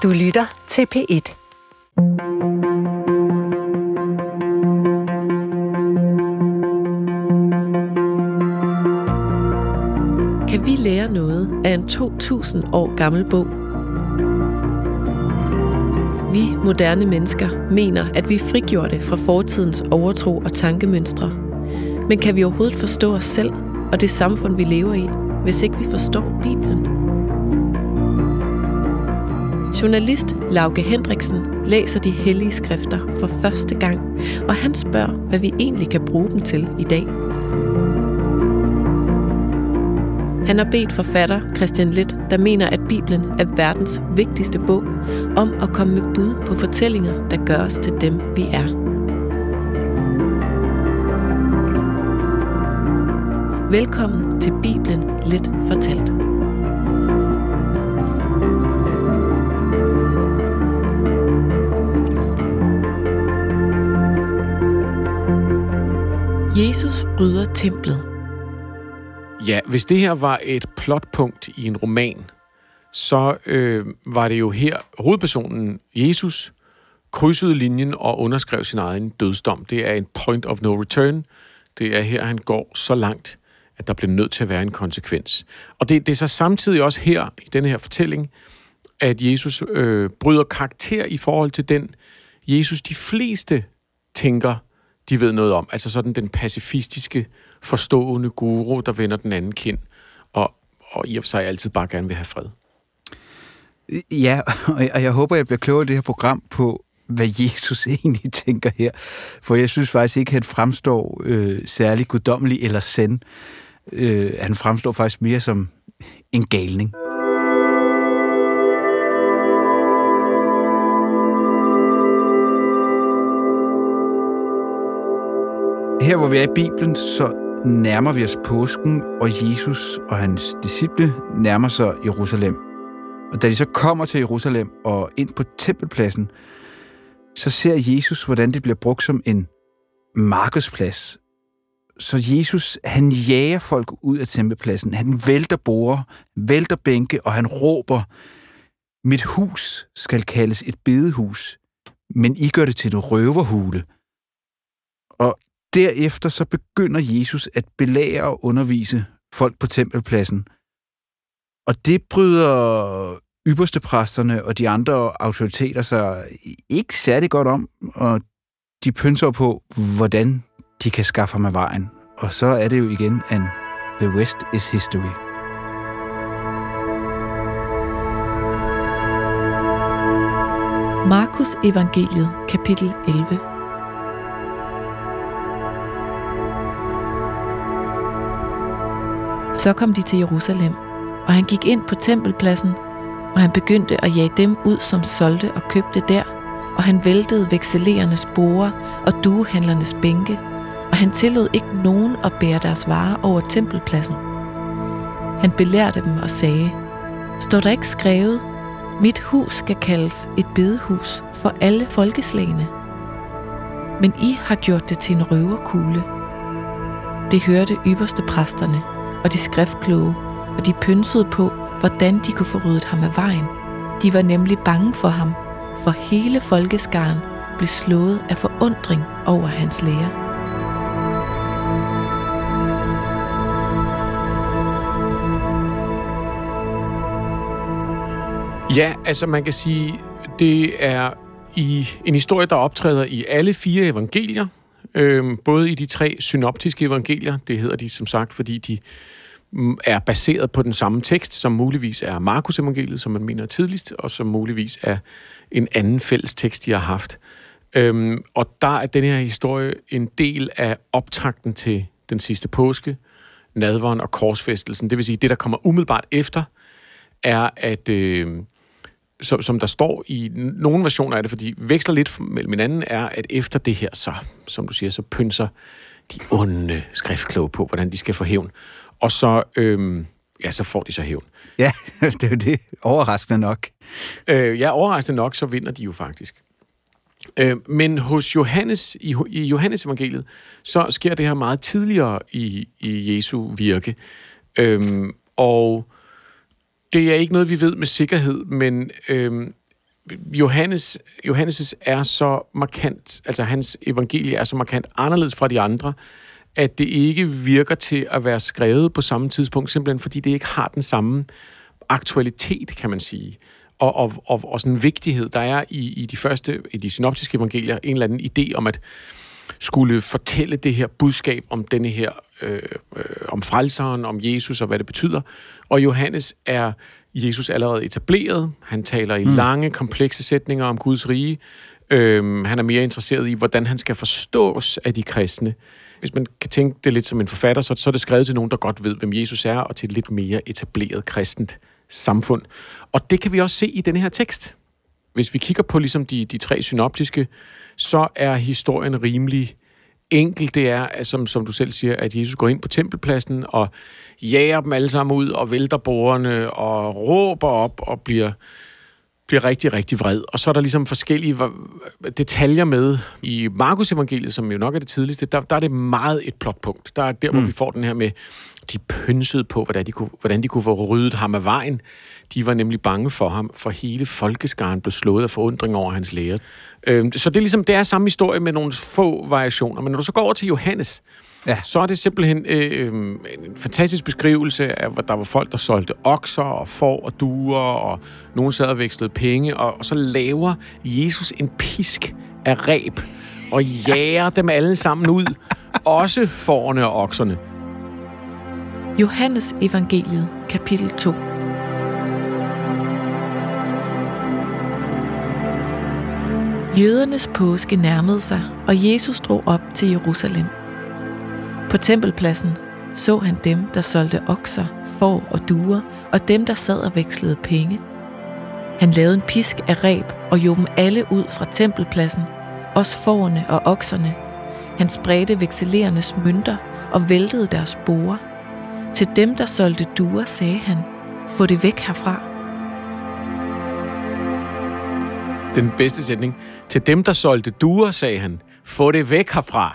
Du lytter til P1. Kan vi lære noget af en 2000 år gammel bog? Vi moderne mennesker mener, at vi er frigjorte fra fortidens overtro og tankemønstre. Men kan vi overhovedet forstå os selv og det samfund, vi lever i, hvis ikke vi forstår Bibelen? Journalist Lauke Hendriksen læser de hellige skrifter for første gang, og han spørger, hvad vi egentlig kan bruge dem til i dag. Han har bedt forfatter Christian Leth, der mener, at Bibelen er verdens vigtigste bog, om at komme med bud på fortællinger, der gør os til dem, vi er. Velkommen til Bibelen Lidt Fortalt. Jesus rydder templet. Ja, hvis det her var et plotpunkt i en roman, så var det jo her hovedpersonen Jesus krydsede linjen og underskrev sin egen dødsdom. Det er en point of no return. Det er her, han går så langt, at der bliver nødt til at være en konsekvens. Og det er så samtidig også her, i denne her fortælling, at Jesus bryder karakter i forhold til den Jesus, de fleste tænker, de ved noget om. Altså sådan den pacifistiske, forstående guru, der vender den anden kind, og i og for sig altid bare gerne vil have fred. Ja, og jeg håber, jeg bliver klogere i det her program på, hvad Jesus egentlig tænker her. For jeg synes faktisk ikke, at han fremstår særlig guddommelig eller zen. Han fremstår faktisk mere som en galning. Her, hvor vi er i Bibelen, så nærmer vi os påsken, og Jesus og hans disciple nærmer sig Jerusalem. Og da de så kommer til Jerusalem og ind på tempelpladsen, så ser Jesus, hvordan det bliver brugt som en markedsplads. Så Jesus, han jager folk ud af tempelpladsen. Han vælter borde, vælter bænke, og han råber, mit hus skal kaldes et bedehus, men I gør det til en røverhule. Og derefter så begynder Jesus at belære og undervise folk på tempelpladsen. Og det bryder ypperstepræsterne og de andre autoriteter sig ikke særlig godt om, og de pynser på, hvordan de kan skaffe ham af vejen. Og så er det jo igen, at the rest is history. Markus Evangeliet, kapitel 11. Så kom de til Jerusalem, og han gik ind på tempelpladsen, og han begyndte at jage dem ud, som solgte og købte der, og han væltede vekselerernes borde og duehandlernes bænke, og han tillod ikke nogen at bære deres varer over tempelpladsen. Han belærte dem og sagde, står der ikke skrevet, mit hus skal kaldes et bedehus for alle folkeslagene? Men I har gjort det til en røverkugle. Det hørte ypperstepræsterne og de skriftkloge, og de pynsede på, hvordan de kunne få ryddet ham af vejen. De var nemlig bange for ham, for hele folkeskaren blev slået af forundring over hans lære. Ja, altså man kan sige, det er en historie, der optræder i alle 4 evangelier, både i de 3 synoptiske evangelier, det hedder de som sagt, fordi de er baseret på den samme tekst, som muligvis er Markus evangeliet, som man mener er tidligst, og som muligvis er en anden fælles tekst, de har haft. Og der er den her historie en del af optakten til den sidste påske, nadveren og korsfæstelsen. Det vil sige, det der kommer umiddelbart efter, er at, som der står i nogle versioner af det, fordi veksler lidt mellem hinanden, er, at efter det her, så, som du siger, så pynser de onde skriftkloge på, hvordan de skal få hævn. Og så, så får de så hævn. Ja, det er jo det. Overraskende nok. Overraskende nok, så vinder de jo faktisk. Men hos Johannes, i Johannes evangeliet, så sker det her meget tidligere i Jesu virke. Og det er ikke noget, vi ved med sikkerhed, men Johannes' er så markant, altså hans evangelie er så markant anderledes fra de andre, at det ikke virker til at være skrevet på samme tidspunkt, simpelthen fordi det ikke har den samme aktualitet, kan man sige, og sådan en vigtighed. Der er i de synoptiske evangelier en eller anden idé om at skulle fortælle det her budskab om denne her, om frelseren, om Jesus og hvad det betyder. Og Johannes er Jesus allerede etableret. Han taler i lange, komplekse sætninger om Guds rige. Han er mere interesseret i, hvordan han skal forstås af de kristne. Hvis man kan tænke det lidt som en forfatter, så er det skrevet til nogen, der godt ved, hvem Jesus er, og til et lidt mere etableret kristent samfund. Og det kan vi også se i denne her tekst. Hvis vi kigger på ligesom de tre synoptiske, så er historien rimelig enkel. Det er, som du selv siger, at Jesus går ind på tempelpladsen og jager dem alle sammen ud og vælter bordene og råber op og bliver rigtig, rigtig vred. Og så er der ligesom forskellige detaljer med. I Markus evangeliet, som jo nok er det tidligste, der er det meget et plotpunkt. Der er der, hvor vi får den her med, de pynsede på, hvordan de kunne få ryddet ham af vejen. De var nemlig bange for ham, for hele folkeskaren blev slået af forundring over hans lære. Så det er samme historie med nogle få variationer. Men når du så går over til Johannes, så er det simpelthen en fantastisk beskrivelse af, hvor der var folk, der solgte okser og får og duer, og nogen sad og vekslede penge, og så laver Jesus en pisk af reb og jager dem alle sammen ud, også fårene og okserne. Johannes evangeliet, kapitel 2. Jødernes påske nærmede sig, og Jesus drog op til Jerusalem. På tempelpladsen så han dem, der solgte okser, får og duer, og dem, der sad og vekslede penge. Han lavede en pisk af reb og jog dem alle ud fra tempelpladsen, også fårene og okserne. Han spredte vekselerernes mønter og væltede deres borde. Til dem, der solgte duer, sagde han, få det væk herfra. Den bedste sætning. Til dem, der solgte duer, sagde han, få det væk herfra.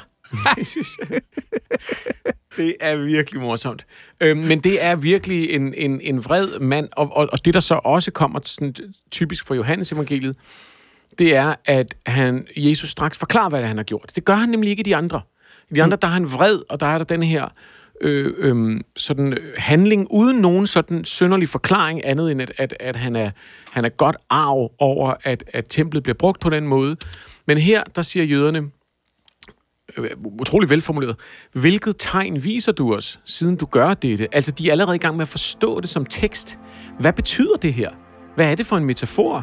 Det er virkelig morsomt. Men det er virkelig en vred mand, og det, der så også kommer sådan, typisk for Johannes evangeliet, det er, at Jesus straks forklarer, hvad det han har gjort. Det gør han nemlig ikke i de andre. I de andre, der er han vred, og der er der den her sådan handling uden nogen sådan synderlig forklaring andet end at han er godt arg over at templet bliver brugt på den måde. Men her der siger jøderne utrolig velformuleret, hvilket tegn viser du os, siden du gør dette? Altså de er allerede i gang med at forstå det som tekst. Hvad betyder det her? Hvad er det for en metafor?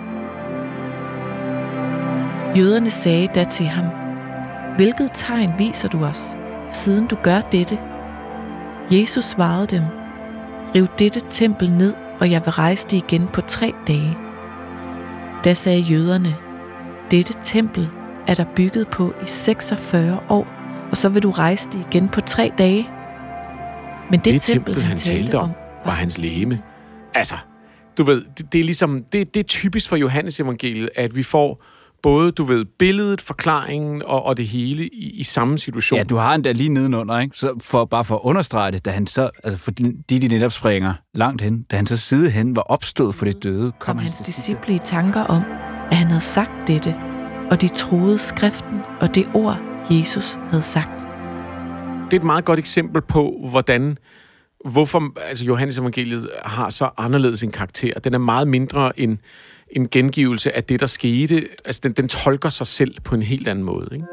Jøderne sagde da til ham, hvilket tegn viser du os, siden du gør dette? Jesus svarede dem, riv dette tempel ned, og jeg vil rejse det igen på 3 dage. Da sagde jøderne, dette tempel er der bygget på i 46 år, og så vil du rejse det igen på 3 dage. Men det tempel, han talte om, var hans legeme. Altså, du ved, det er ligesom, det er typisk for Johannes evangeliet, at vi får både, du ved, billedet, forklaringen og det hele i samme situation. Ja, du har endda lige nedenunder, ikke? Så bare for at understrege det, da han så, altså fordi de netop springer langt hen, da han så sidenhen var opstået for det døde, kom hans disciple i tanker om, at han havde sagt dette, og de troede skriften og det ord, Jesus havde sagt. Det er et meget godt eksempel på, hvorfor altså Johannes evangeliet har så anderledes en karakter. Den er meget mindre en gengivelse af det, der skete. Altså, den tolker sig selv på en helt anden måde, ikke?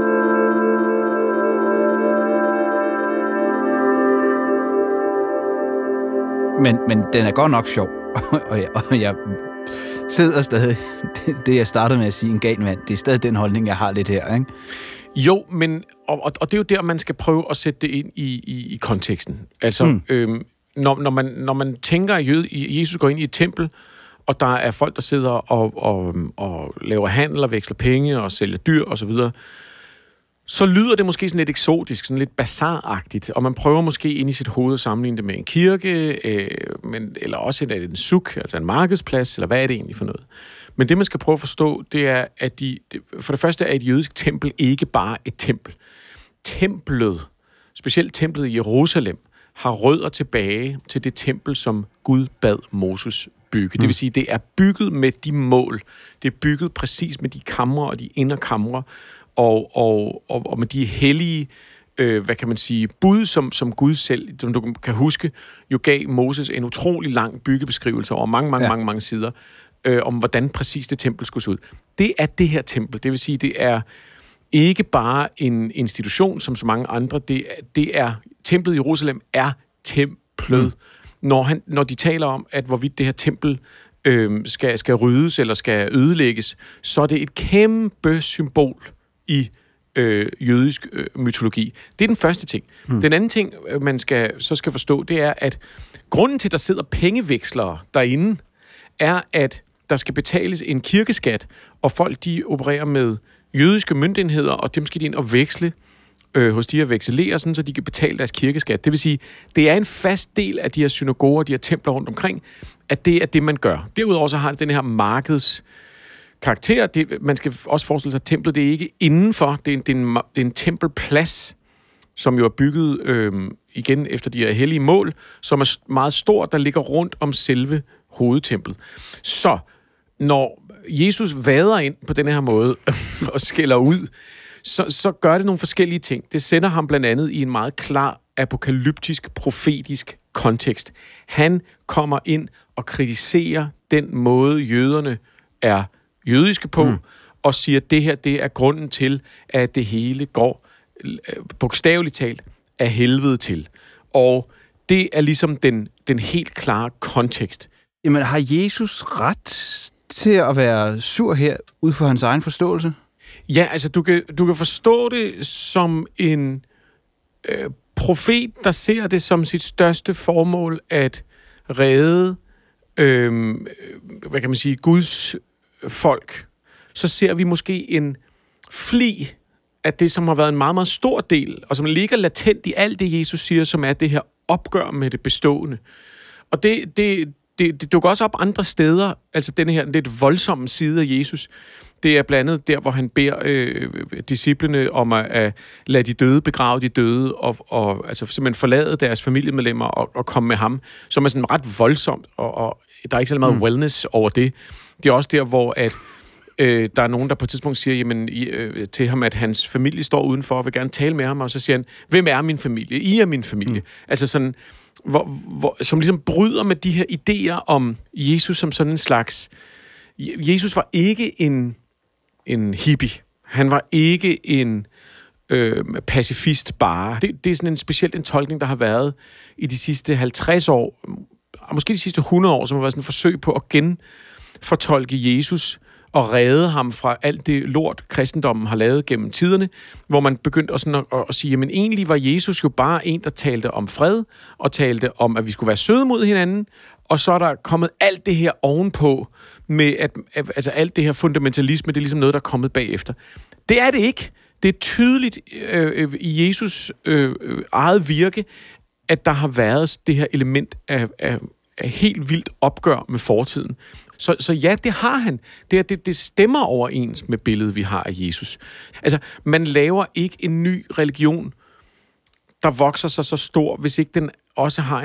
Men den er godt nok sjov, og jeg sidder stadig, det jeg startede med at sige, en gal mand, det er stadig den holdning, jeg har lidt her, ikke? Jo, men, og det er jo der, man skal prøve at sætte det ind i konteksten. Altså, når man tænker, at Jesus går ind i et tempel, og der er folk, der sidder og laver handel og veksler penge og sælger dyr osv., så lyder det måske sådan lidt eksotisk, sådan lidt bazaragtigt, og man prøver måske ind i sit hoved at sammenligne det med en kirke, eller også en suk, altså en markedsplads, eller hvad er det egentlig for noget? Men det, man skal prøve at forstå, det er, at for det første er et jødisk tempel ikke bare et tempel. Templet, specielt templet i Jerusalem, har rødder tilbage til det tempel, som Gud bad Moses bygge. Det vil sige, det er bygget med de mål. Det er bygget præcis med de kamre og de indre kamre, og med de hellige, hvad kan man sige, bud, som Gud selv, som du kan huske, jo gav Moses en utrolig lang byggebeskrivelse over mange sider, om hvordan præcis det tempel skulle se ud. Det er det her tempel. Det vil sige, det er ikke bare en institution, som så mange andre. Det er templet i Jerusalem er templet. Når de taler om, at hvorvidt det her tempel skal ryddes eller skal ødelægges, så er det et kæmpe symbol i jødisk mytologi. Det er den første ting. Den anden ting, man skal forstå, det er, at grunden til, at der sidder pengevekslere derinde, er, at der skal betales en kirkeskat, og folk, de opererer med jødiske møntenheder, og dem skal de ind og veksle hos de her vekselerer, sådan, så de kan betale deres kirkeskat. Det vil sige, det er en fast del af de her synagoger, de her templer rundt omkring, at det er det, man gør. Derudover så har det den her markeds karakter. Man skal også forestille sig, at templet det er ikke indenfor. Det er en tempelplads, som jo er bygget igen efter de her hellige mål, som er meget stor, der ligger rundt om selve hovedtemplet. Så når Jesus vader ind på den her måde og skælder ud, så gør det nogle forskellige ting. Det sender ham blandt andet i en meget klar apokalyptisk, profetisk kontekst. Han kommer ind og kritiserer den måde, jøderne er jødiske på, og siger, at det her, det er grunden til, at det hele går bogstaveligt talt af helvede til. Og det er ligesom den helt klare kontekst. Jamen, har Jesus ret til at være sur her, ud fra hans egen forståelse? Ja, altså du kan forstå det som en profet, der ser det som sit største formål at redde, hvad kan man sige, Guds folk. Så ser vi måske en fli af det, som har været en meget, meget stor del, og som ligger latent i alt det, Jesus siger, som er det her opgør med det bestående. Og det dukker også op andre steder, altså denne her lidt voldsomme side af Jesus. Det er blandt andet der, hvor han beder disciplene om at lade de døde begrave de døde, og altså simpelthen forlade deres familiemedlemmer og komme med ham, som er sådan ret voldsomt, og der er ikke så meget wellness over det. Det er også der, hvor at der er nogen, der på et tidspunkt siger jamen, til ham, at hans familie står udenfor og vil gerne tale med ham, og så siger han, hvem er min familie? I er min familie. Altså sådan, som ligesom bryder med de her idéer om Jesus som sådan en slags... Jesus var ikke en hippie. Han var ikke en pacifist bare. Det er sådan specielt en tolkning, der har været i de sidste 50 år, måske de sidste 100 år, som har været sådan et forsøg på at genfortolke Jesus og redde ham fra alt det lort, kristendommen har lavet gennem tiderne, hvor man begyndte at sige, men egentlig var Jesus jo bare en, der talte om fred, og talte om, at vi skulle være søde mod hinanden, og så er der kommet alt det her ovenpå, med altså alt det her fundamentalisme, det er ligesom noget, der er kommet bagefter. Det er det ikke. Det er tydeligt i Jesus eget virke, at der har været det her element af helt vildt opgør med fortiden. Så ja, det har han. Det stemmer overens med billedet, vi har af Jesus. Altså, man laver ikke en ny religion, der vokser sig så stor, hvis ikke den også har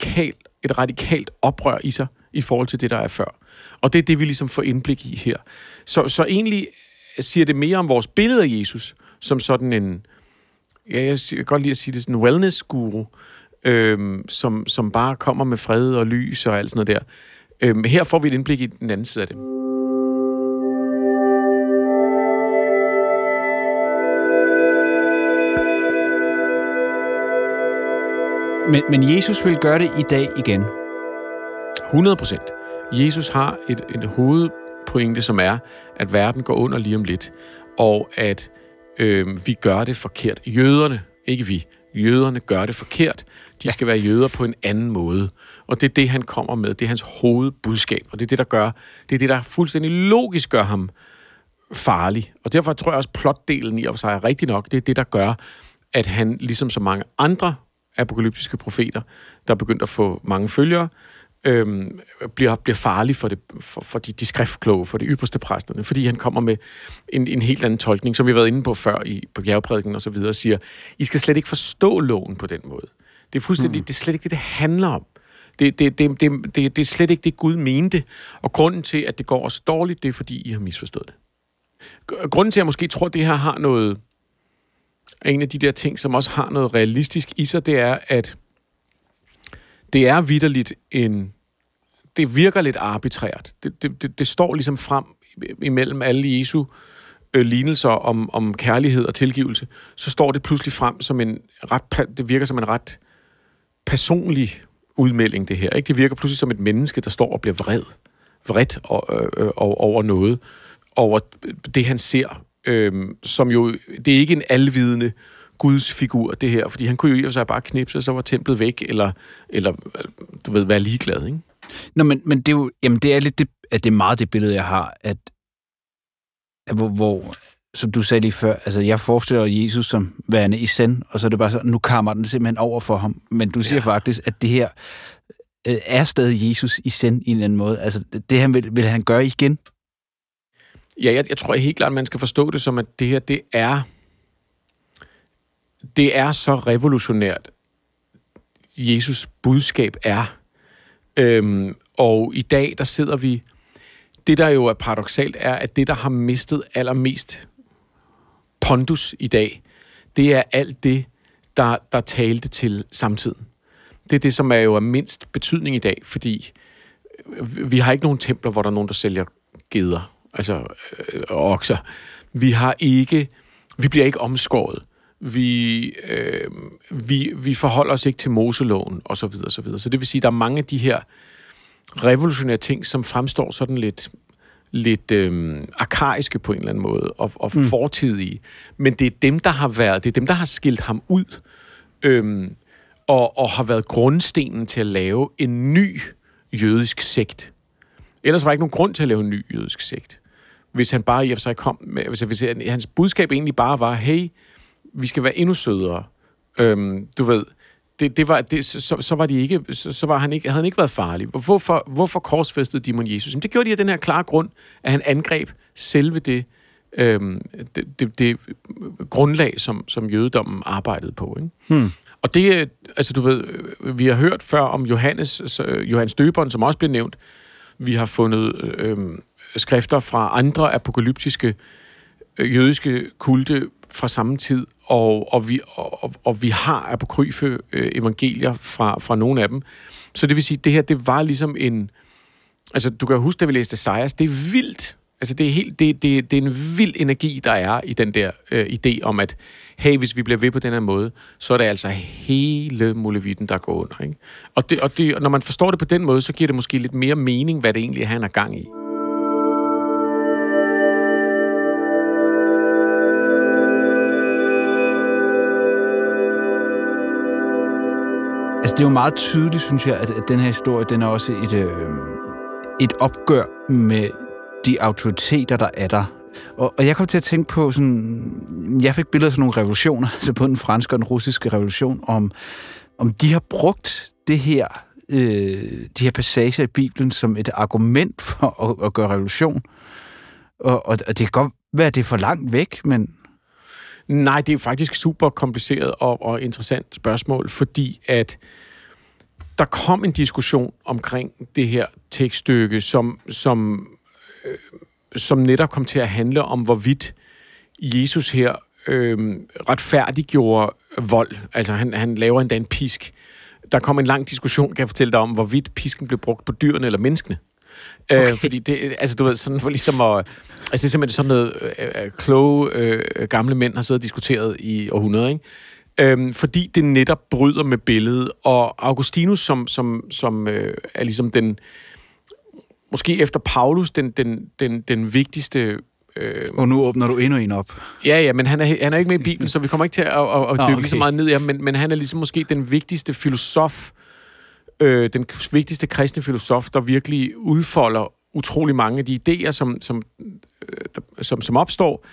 et radikalt oprør i sig, i forhold til det, der er før. Og det er det, vi ligesom får indblik i her. Så egentlig siger det mere om vores billede af Jesus, som sådan en, jeg kan godt lide at sige det, sådan en wellness-guru, som bare kommer med fred og lys og alt sådan noget der. Her får vi et indblik i den anden side af det. Men Jesus vil gøre det i dag igen. 100%. Jesus har et hovedpointe, som er, at verden går under lige om lidt, og at vi gør det forkert. Jøderne, ikke vi. Jøderne gør det forkert. De skal være jøder på en anden måde. Og det er det, han kommer med. Det er hans hovedbudskab. Og det er det, der fuldstændig logisk gør ham farlig. Og derfor tror jeg også, plotdelen i og for sig er rigtig nok. Det er det, der gør, at han, ligesom så mange andre apokalyptiske profeter, der er begyndt at få mange følgere, bliver farlig for de skriftkloge, for de ypperste præsterne, fordi han kommer med en helt anden tolkning, som vi har været inde på før på bjergprædiken og så videre, og siger, I skal slet ikke forstå loven på den måde. Det er fuldstændig, det er slet ikke det handler om. Det er slet ikke det, Gud mente. Og grunden til, at det går os dårligt, det er, fordi I har misforstået det. Grunden til, at jeg måske tror, at det her har noget... En af de der ting, som også har noget realistisk i sig, det er, at det er vitterligt det virker lidt arbitrært. Det står ligesom frem imellem alle Jesu lignelser om kærlighed og tilgivelse. Så står det pludselig frem som det virker som en ret personlig udmelding, det her. Ikke? Det virker pludselig som et menneske, der står og bliver vredt over noget, over det, han ser. Som jo, det er ikke en alvidende Guds figur, det her, fordi han kunne jo i og for sig bare knipse, så var templet væk, eller du ved, være ligeglad, ikke? Nå, men det er jo, jamen det er lidt det, at det er meget det billede, jeg har, at hvor som du sagde lige før, altså jeg forestiller Jesus som værende i send, og så er det bare sådan, nu kammer den simpelthen over for ham, men du siger faktisk, at det her er stadig Jesus i send i en eller anden måde, altså det han vil han gøre igen? Ja, jeg tror helt klart, man skal forstå det som, at det her, det er så revolutionært, Jesus budskab er. Og i dag, der sidder vi... Det, der jo er paradoksalt, er, at det, der har mistet allermest pondus i dag, det er alt det, der talte til samtiden. Det er det, som er jo af mindst betydning i dag, fordi vi har ikke nogen templer, hvor der er nogen, der sælger geder. Altså okser. Vi bliver ikke omskåret. Vi forholder os ikke til Moseloven, og så videre, så videre. Så det vil sige, at der er mange af de her revolutionære ting, som fremstår sådan lidt arkaiske på en eller anden måde, og fortidige. Men det er dem, der har skilt ham ud, og har været grundstenen til at lave en ny jødisk sekt. Ellers var der ikke nogen grund til at lave en ny jødisk sekt. Hvis han bare i og for sig kom med, hvis hans budskab egentlig bare var, hey, vi skal være endnu sødere. Du ved, så var de ikke, så var han ikke, havde han ikke været farlig. Hvorfor korsfæstede Demon Jesus? Men det gjorde de af den her klare grund, at han angreb selve det grundlag, som jødedommen arbejdede på. Ikke? Og det, altså du ved, vi har hørt før om Johannes Døberen, som også blev nævnt. Vi har fundet skrifter fra andre apokalyptiske jødiske kulte fra samme tid, og vi har apokryfe evangelier fra nogle af dem. Så det vil sige, at det her, det var ligesom en... Altså, du kan huske, da vi læste Esajas, det er vildt. Altså, det er en vild energi, der er i den der idé om, at hey, hvis vi bliver ved på den her måde, så er det altså hele molevitten, der går under. Ikke? Og når man forstår det på den måde, så giver det måske lidt mere mening, hvad det egentlig er, han er gang i. Altså, det er jo meget tydeligt, synes jeg, at den her historie, den er også et opgør med de autoriteter, der er der. Og jeg kom til at tænke på sådan... Jeg fik billeder af sådan nogle revolutioner, altså på den franske og den russiske revolution, om de har brugt det her, de her passager i Bibelen som et argument for at gøre revolution. Og det kan godt være, at det er for langt væk, men... Nej, det er faktisk super kompliceret og interessant spørgsmål, fordi at der kom en diskussion omkring det her tekststykke, som netop kom til at handle om, hvorvidt Jesus her retfærdiggjorde vold. Altså han laver endda en pisk. Der kom en lang diskussion, kan jeg fortælle dig, om hvorvidt pisken blev brugt på dyrene eller menneskene. Okay. Fordi det, altså du ved, sådan for ligesom at... Altså det er simpelthen sådan noget kloge gamle mænd har siddet og diskuteret i århundreder, ikke? Fordi det netop bryder med billedet, og Augustinus, som er ligesom den... Måske efter Paulus, den vigtigste... Og nu åbner du endnu en op. Ja, men han er ikke med i Bibelen, så vi kommer ikke til at dykke lige så meget ned i ham, men han er ligesom måske den vigtigste filosof, den vigtigste kristne filosof, der virkelig udfolder utrolig mange af de idéer, som opstår,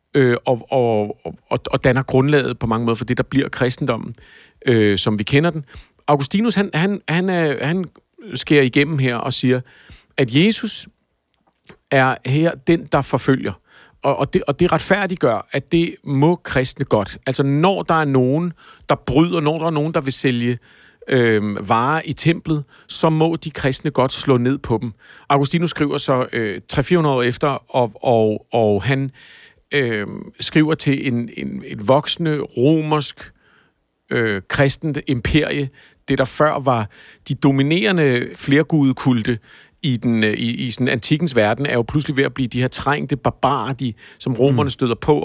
og danner grundlaget på mange måder for det, der bliver kristendommen, som vi kender den. Augustinus, han skærer igennem her og siger, at Jesus er her den, der forfølger. Og det retfærdiggør, at det må kristne godt. Altså når der er nogen, der bryder, når der er nogen, der vil sælge varer i templet, så må de kristne godt slå ned på dem. Augustinus skriver så 300-400 år efter, og han skriver til et voksende romersk kristent imperie, det der før var de dominerende flergudekulte i sådan antikkens verden, er jo pludselig ved at blive de her trængte barbarer, som romerne støder på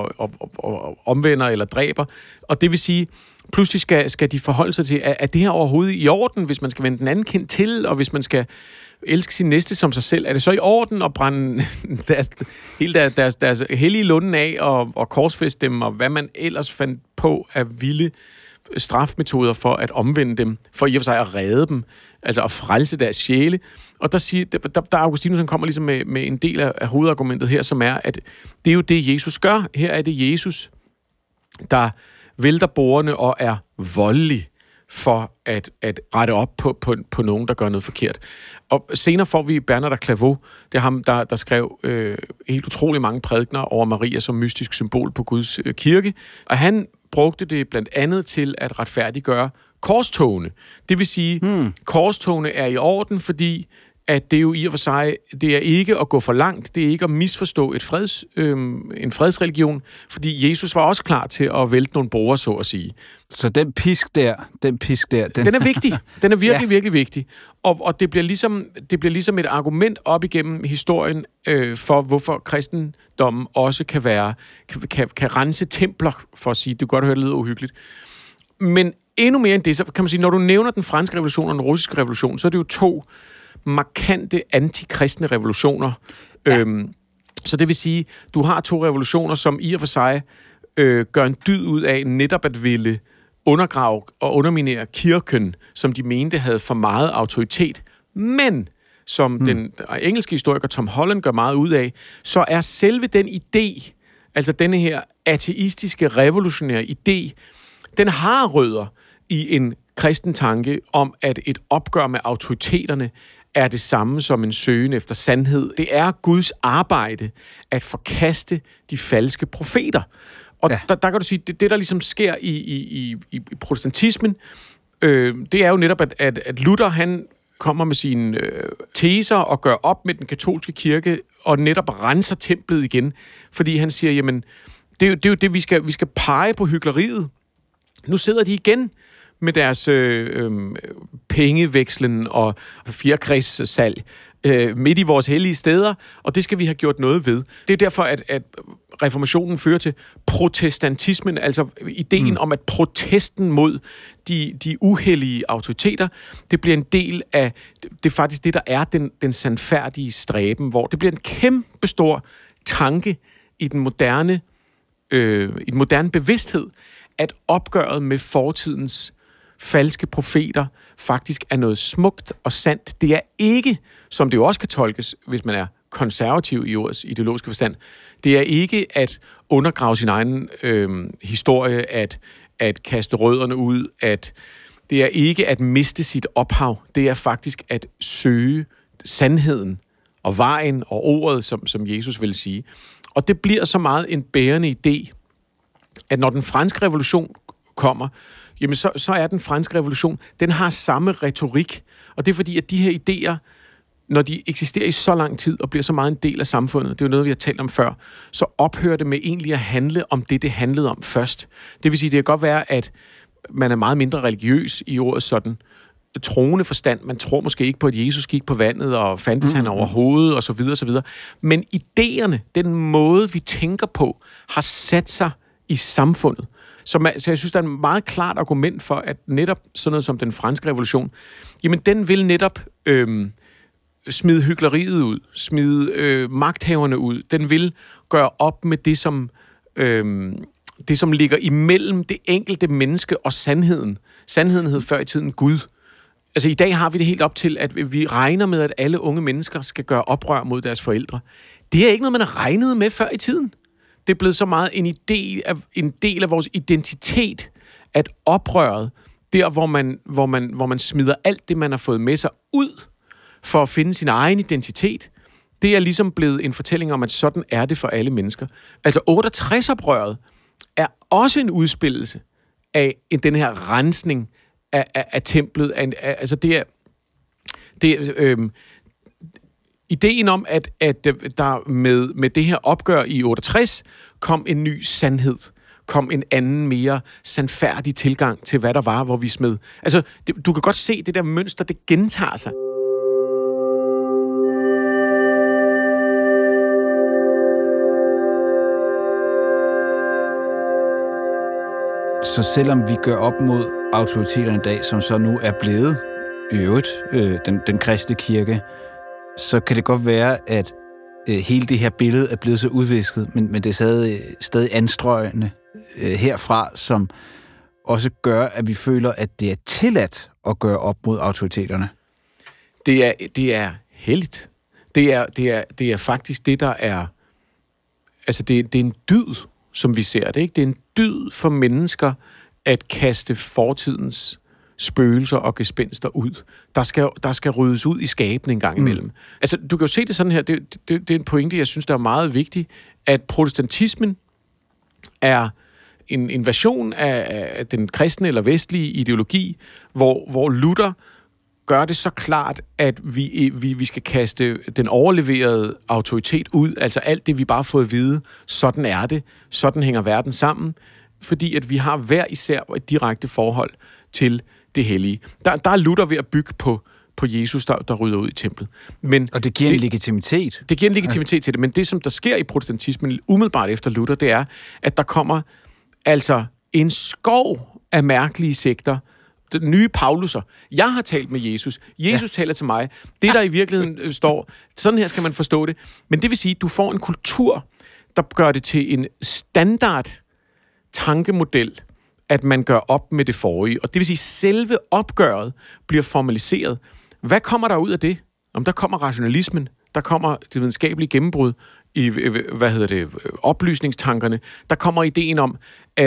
og omvender eller dræber. Og det vil sige, pludselig skal de forholde sig til, er det her overhovedet i orden, hvis man skal vende den anden kind til, og hvis man skal elske sin næste som sig selv, er det så i orden at brænde hele deres hellige lunden af og korsfæste dem, og hvad man ellers fandt på af vilde strafmetoder for at omvende dem, for i og for sig at redde dem, altså at frelse deres sjæle. Og der Augustinus, han kommer ligesom med en del af hovedargumentet her, som er, at det er jo det, Jesus gør. Her er det Jesus, der vælter bordene og er voldelig for at rette op på nogen, der gør noget forkert. Og senere får vi Bernard af Clairvaux, det er ham, der skrev helt utrolig mange prædikener over Maria som mystisk symbol på Guds kirke, og han brugte det blandt andet til at retfærdiggøre korstogene. Det vil sige, korstogene er i orden, fordi at det jo i og for sig, det er ikke at gå for langt, det er ikke at misforstå en fredsreligion, fordi Jesus var også klar til at vælte nogle broer, så at sige. Så den pisk der, den er vigtig. Den er virkelig, virkelig vigtig. Og det bliver ligesom et argument op igennem historien for, hvorfor kristendommen også kan rense templer, for at sige, det kan godt høre, det lyder uhyggeligt. Men endnu mere end det, så kan man sige, når du nævner den franske revolution og den russiske revolution, så er det jo to markante antikristne revolutioner. Ja. Så det vil sige, du har to revolutioner, som i og for sig gør en dyd ud af netop at ville undergrave og underminere kirken, som de mente havde for meget autoritet. Men, som den engelske historiker Tom Holland gør meget ud af, så er selve den idé, altså denne her ateistiske, revolutionære idé, den har rødder i en kristen tanke om, at et opgør med autoriteterne er det samme som en søgen efter sandhed. Det er Guds arbejde at forkaste de falske profeter. Og der kan du sige, det der ligesom sker i protestantismen, det er jo netop, at Luther, han kommer med sine teser og gør op med den katolske kirke og netop renser templet igen, fordi han siger, jamen, det er jo det, vi skal pege på hykleriet. Nu sidder de igen med deres pengevekslen og fjerkræssalg midt i vores hellige steder, og det skal vi have gjort noget ved. Det er derfor, at reformationen fører til protestantismen, altså ideen om, at protesten mod de uhellige autoriteter, det bliver en del af, det er faktisk det, der er den sandfærdige stræben, hvor det bliver en kæmpestor tanke i den moderne bevidsthed, at opgøret med fortidens falske profeter faktisk er noget smukt og sandt. Det er ikke, som det jo også kan tolkes, hvis man er konservativ i ordets ideologiske forstand, det er ikke at undergrave sin egen historie, at kaste rødderne ud, det er ikke at miste sit ophav, det er faktisk at søge sandheden og vejen og ordet, som Jesus vil sige. Og det bliver så meget en bærende idé, at når den franske revolution kommer, jamen så er den franske revolution, den har samme retorik. Og det er fordi, at de her idéer, når de eksisterer i så lang tid og bliver så meget en del af samfundet, det er jo noget, vi har talt om før, så ophører det med egentlig at handle om det handlede om først. Det vil sige, det kan godt være, at man er meget mindre religiøs i ordet sådan troende forstand. Man tror måske ikke på, at Jesus gik på vandet og fandtes han overhovedet, og så videre, og så videre. Men idéerne, den måde, vi tænker på, har sat sig i samfundet. Så jeg synes, der er et meget klart argument for, at netop sådan noget som den franske revolution, jamen den vil netop smide hykleriet ud, smide magthaverne ud. Den vil gøre op med det, som ligger imellem det enkelte menneske og sandheden. Sandheden hed før i tiden Gud. Altså i dag har vi det helt op til, at vi regner med, at alle unge mennesker skal gøre oprør mod deres forældre. Det er ikke noget, man har regnet med før i tiden. Det er blevet så meget en del af vores identitet, at oprøret, der hvor man smider alt det, man har fået med sig ud, for at finde sin egen identitet, det er ligesom blevet en fortælling om, at sådan er det for alle mennesker. Altså 68-oprøret er også en udspillelse af den her rensning af templet. Altså det er ideen om, at der med det her opgør i 68 kom en ny sandhed, kom en anden, mere sandfærdig tilgang til, hvad der var, hvor vi smed. Altså, du kan godt se det der mønster, det gentager sig. Så selvom vi gør op mod autoriteterne i dag, som så nu er blevet i øvrigt den kristne kirke, så kan det godt være, at hele det her billede er blevet så udvisket, men det er stadig anstrøgende herfra, som også gør, at vi føler, at det er tilladt at gøre op mod autoriteterne. Det er helligt. Det er faktisk det, der er... Altså, det er en dyd, som vi ser det, ikke? Det er en dyd for mennesker at kaste fortidens spøgelser og gespenster ud. Der skal ryddes ud i skabene en gang imellem. Altså, du kan jo se det sådan her, det er en pointe, jeg synes, der er meget vigtig, at protestantismen er en version af den kristne eller vestlige ideologi, hvor Luther gør det så klart, at vi skal kaste den overleverede autoritet ud, altså alt det, vi bare har fået at vide, sådan er det, sådan hænger verden sammen, fordi at vi har hver især et direkte forhold til det hellige. Der er Luther ved at bygge på Jesus, der rydder ud i templet. Og det giver en legitimitet. Det giver en legitimitet til det, men det, som der sker i protestantismen umiddelbart efter Luther, det er, at der kommer altså en skov af mærkelige sekter, den nye Paulusser. Jeg har talt med Jesus. Jesus taler til mig. Det, der i virkeligheden står, sådan her skal man forstå det. Men det vil sige, at du får en kultur, der gør det til en standard tankemodel, at man gør op med det forrige. Og det vil sige, at selve opgøret bliver formaliseret. Hvad kommer der ud af det? Om der kommer rationalismen, der kommer det videnskabelige gennembrud i, oplysningstankerne. Der kommer ideen om,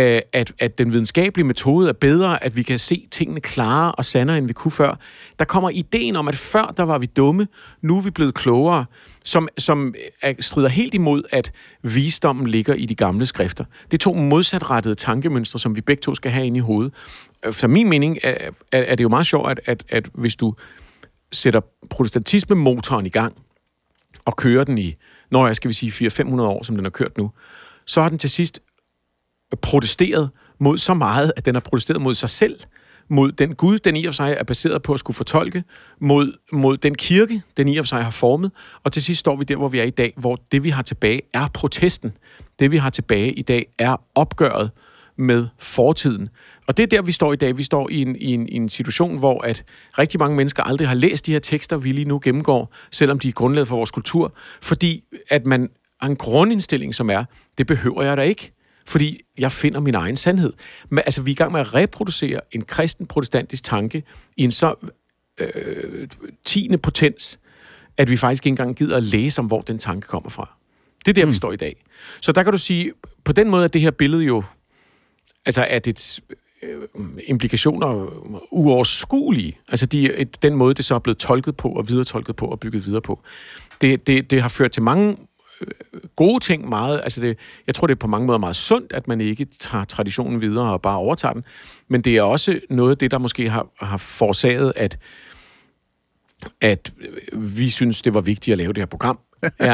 at den videnskabelige metode er bedre, at vi kan se tingene klarere og sandere, end vi kunne før. Der kommer ideen om, at før der var vi dumme, nu er vi blevet klogere, som strider helt imod, at visdommen ligger i de gamle skrifter. Det er to modsatrettede tankemønstre, som vi begge to skal have inde i hovedet. For min mening er det jo meget sjovt, at hvis du sætter protestantisme-motoren i gang, og kører den i, når jeg skal vi sige 400-500 år, som den har kørt nu, så har den til sidst protesteret mod så meget, at den har protesteret mod sig selv, mod den Gud, den i og for sig er baseret på at skulle fortolke, mod den kirke, den i og for sig har formet, og til sidst står vi der, hvor vi er i dag, hvor det, vi har tilbage, er protesten. Det, vi har tilbage i dag, er opgøret med fortiden. Og det er der, vi står i dag. Vi står i en situation, hvor at rigtig mange mennesker aldrig har læst de her tekster, vi lige nu gennemgår, selvom de er grundlaget for vores kultur, fordi at man har en grundindstilling, som er, det behøver jeg da ikke, fordi jeg finder min egen sandhed. Men altså, vi er i gang med at reproducere en kristen protestantisk tanke i en så 10. potens, at vi faktisk ikke engang gider at læse om, hvor den tanke kommer fra. Det er der, vi står i dag. Så der kan du sige, på den måde, at det her billede jo, altså at dets implikationer uoverskuelige, altså den måde, det så er blevet tolket på, og videretolket på, og bygget videre på, det har ført til mange gode ting meget. Altså jeg tror, det er på mange måder meget sundt, at man ikke tager traditionen videre og bare overtager den, men det er også noget af det, der måske har forårsaget, at vi synes, det var vigtigt at lave det her program. Ja.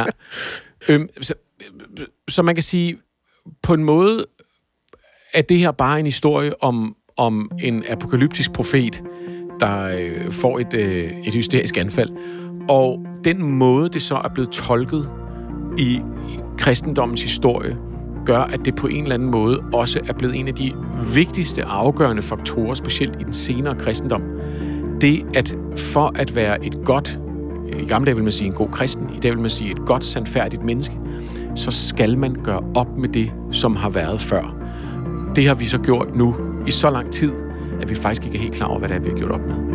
Så man kan sige, på en måde, at det her bare en historie om en apokalyptisk profet, der får et hysterisk anfald. Og den måde, det så er blevet tolket i kristendommens historie, gør, at det på en eller anden måde også er blevet en af de vigtigste afgørende faktorer, specielt i den senere kristendom. Det, at for at være et godt, i gamle dage vil man sige en god kristen, i dag vil man sige et godt, sandfærdigt menneske, så skal man gøre op med det, som har været før. Det har vi så gjort nu i så lang tid, at vi faktisk ikke er helt klar over, hvad det er, vi har gjort op med.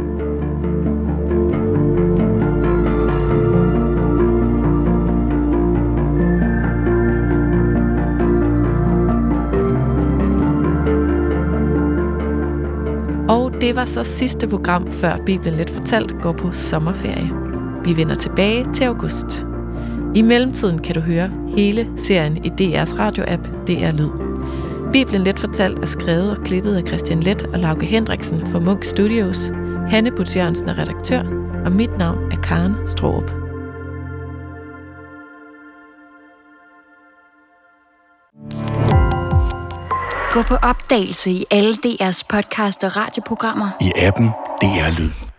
Og det var så sidste program, før Bibelen Let Fortalt går på sommerferie. Vi vender tilbage til august. I mellemtiden kan du høre hele serien i DR's radioapp DR Lyd. Bibelen Let fortalt er skrevet og klippet af Christian Leth og Lauke Hendriksen for Munk Studios. Hanne Butz Jørgensen er redaktør, og mit navn er Karen Straarup. Gå på opdagelse i alle DR's podcast og radioprogrammer. I appen DR Lyd.